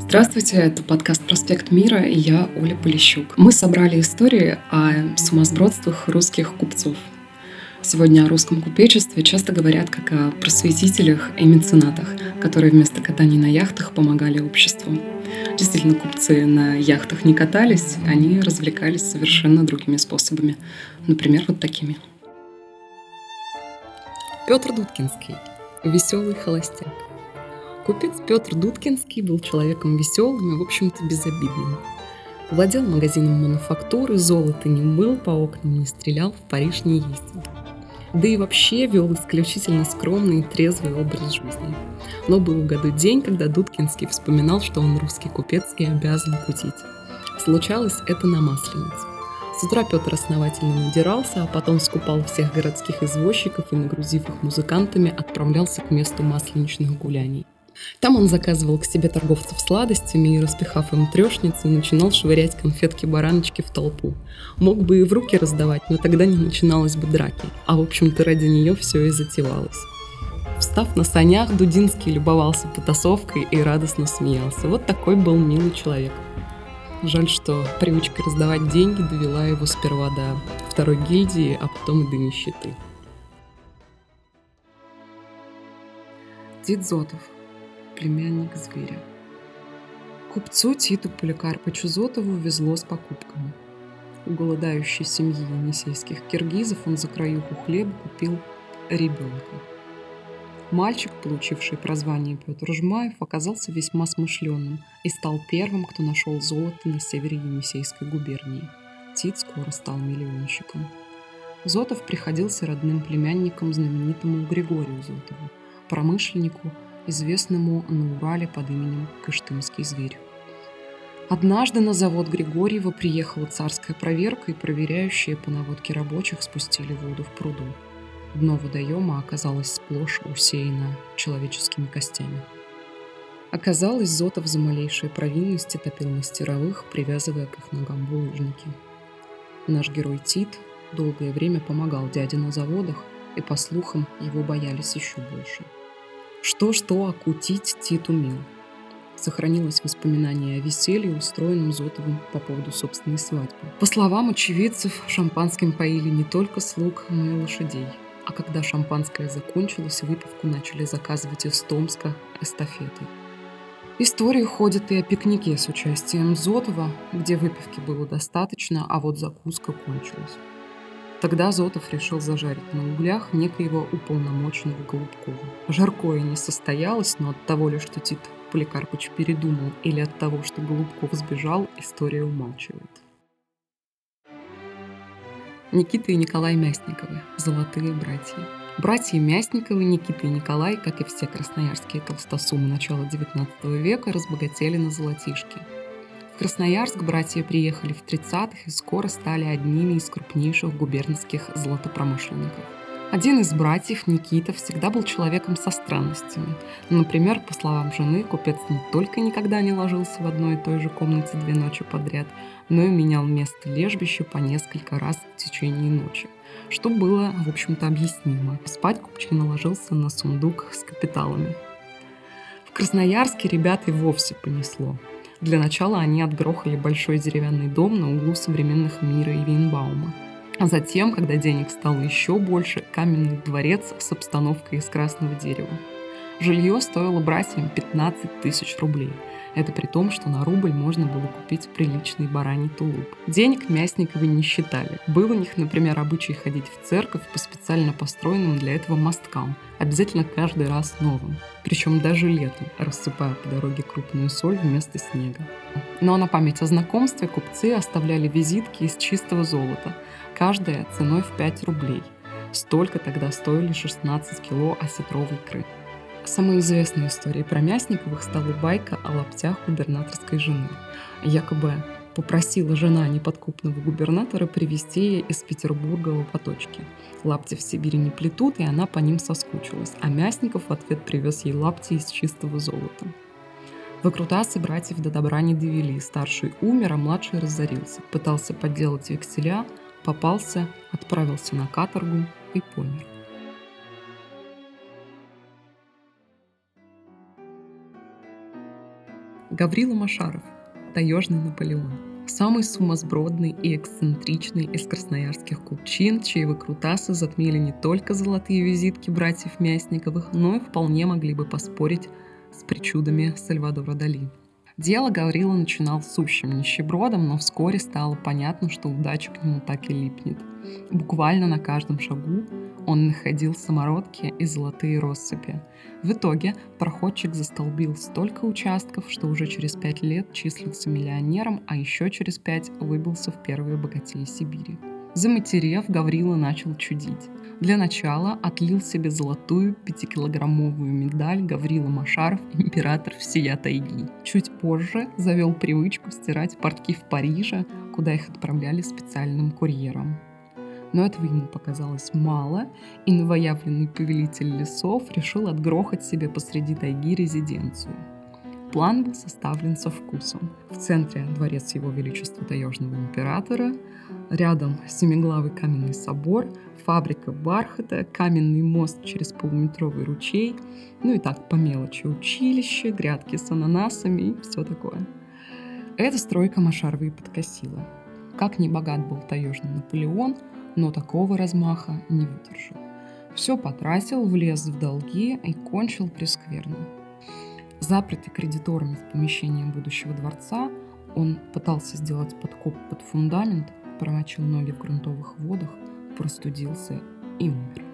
Здравствуйте, это подкаст «Проспект Мира» и я, Оля Полищук. Мы собрали истории о сумасбродствах русских купцов. Сегодня о русском купечестве часто говорят как о просветителях и меценатах, которые вместо катаний на яхтах помогали обществу. Действительно, купцы на яхтах не катались, они развлекались совершенно другими способами. Например, вот такими. Петр Дудкинский. Веселый холостяк. Купец Петр Дудкинский был человеком веселым и, в общем-то, безобидным. Владел магазином мануфактуры, золото не мыл, по окнам не стрелял, в Париж не ездил. Да и вообще вел исключительно скромный и трезвый образ жизни. Но был в году день, когда Дудкинский вспоминал, что он русский купец и обязан кутить. Случалось это на Масленицу. С утра Петр основательно надирался, а потом скупал всех городских извозчиков и, нагрузив их музыкантами, отправлялся к месту масленичных гуляний. Там он заказывал к себе торговцев сладостями и, распихав им трёшницу, начинал швырять конфетки-бараночки в толпу. Мог бы и в руки раздавать, но тогда не начиналось бы драки, а в общем-то ради нее все и затевалось. Встав на санях, Дудинский любовался потасовкой и радостно смеялся. Вот такой был милый человек. Жаль, что привычка раздавать деньги довела его сперва до второй гильдии, а потом и до нищеты. Тит Зотов. Племянник зверя. Купцу Титу Поликарпычу Зотову везло с покупками. У голодающей семьи енисейских киргизов он за краюху хлеба купил ребенка. Мальчик, получивший прозвание Петр Жмаев, оказался весьма смышленым и стал первым, кто нашел золото на севере Енисейской губернии. Тит скоро стал миллионщиком. Зотов приходился родным племянником знаменитому Григорию Зотову, промышленнику, известному на Урале под именем Кыштымский зверь. Однажды на завод Григорьева приехала царская проверка, и проверяющие по наводке рабочих спустили воду в пруду. Дно водоема оказалось сплошь усеяно человеческими костями. Оказалось, Зотов за малейшие провинности топил мастеровых, привязывая к их ногам булыжники. Наш герой Тит долгое время помогал дяде на заводах, и, по слухам, его боялись еще больше. Что-что, а кутить Тит умел. Сохранилось воспоминание о веселье, устроенном Зотовым по поводу собственной свадьбы. По словам очевидцев, шампанским поили не только слуг, но и лошадей. А когда шампанское закончилось, выпивку начали заказывать из Томска эстафетой. Истории ходят и о пикнике с участием Зотова, где выпивки было достаточно, а вот закуска кончилась. Тогда Зотов решил зажарить на углях некоего уполномоченного Голубкова. Жаркое не состоялось, но от того ли, что Тит Поликарпыч передумал, или от того, что Голубков сбежал, история умалчивает. Никита и Николай Мясниковы. Золотые братья. Братья Мясниковы, Никита и Николай, как и все красноярские толстосумы начала XIX века, разбогатели на золотишке. В Красноярск братья приехали в 30-х и скоро стали одними из крупнейших губернских золотопромышленников. Один из братьев, Никита, всегда был человеком со странностями. Например, по словам жены, купец не только никогда не ложился в одной и той же комнате 2 ночи подряд, но и менял место лежбища по несколько раз в течение ночи, что было, в общем-то, объяснимо. Спать купчина ложился на сундук с капиталами. В Красноярске ребят и вовсе понесло. Для начала они отгрохали большой деревянный дом на углу современных Мира и Вейнбаума. А затем, когда денег стало еще больше, каменный дворец с обстановкой из красного дерева. Жилье стоило братьям 15 тысяч рублей. Это при том, что на рубль можно было купить приличный бараний тулуп. Денег Мясниковы не считали. Был у них, например, обычай ходить в церковь по специально построенным для этого мосткам, обязательно каждый раз новым. Причем даже летом, рассыпая по дороге крупную соль вместо снега. Ну а на память о знакомстве купцы оставляли визитки из чистого золота, каждая ценой в 5 рублей. Столько тогда стоили 16 кило осетровой икры. Самой известной историей про Мясниковых стала байка о лаптях губернаторской жены. Якобы попросила жена неподкупного губернатора привезти ей из Петербурга лопаточки. Лапти в Сибири не плетут, и она по ним соскучилась, а Мясников в ответ привез ей лапти из чистого золота. Выкрутасы братьев до добра не довели. Старший умер, а младший разорился. Пытался подделать векселя, попался, отправился на каторгу и помер. Гаврила Машаров, таежный Наполеон. Самый сумасбродный и эксцентричный из красноярских купчин, чьи выкрутасы затмили не только золотые визитки братьев Мясниковых, но и вполне могли бы поспорить с причудами Сальвадора Дали. Дело Гаврила начинал сущим нищебродом, но вскоре стало понятно, что удача к нему так и липнет. Буквально на каждом шагу он находил самородки и золотые россыпи. В итоге проходчик застолбил столько участков, что уже через 5 лет числился миллионером, а еще через 5 выбился в первые богатеи Сибири. Заматерев, Гаврила начал чудить. Для начала отлил себе золотую 5-килограммовую медаль Гаврила Машаров, император всея тайги. Чуть позже завел привычку стирать портки в Париже, куда их отправляли специальным курьером. Но этого ему показалось мало, и новоявленный повелитель лесов решил отгрохать себе посреди тайги резиденцию. План был составлен со вкусом. В центре дворец его величества таежного императора, рядом семиглавый каменный собор, фабрика бархата, каменный мост через полуметровый ручей, ну и так по мелочи училище, грядки с ананасами и все такое. Эта стройка Машарова и подкосила. Как ни богат был таежный Наполеон, но такого размаха не выдержал. Все потратил, влез в долги и кончил прескверно. Запертый кредиторами в помещении будущего дворца, он пытался сделать подкоп под фундамент, промочил ноги в грунтовых водах, простудился и умер.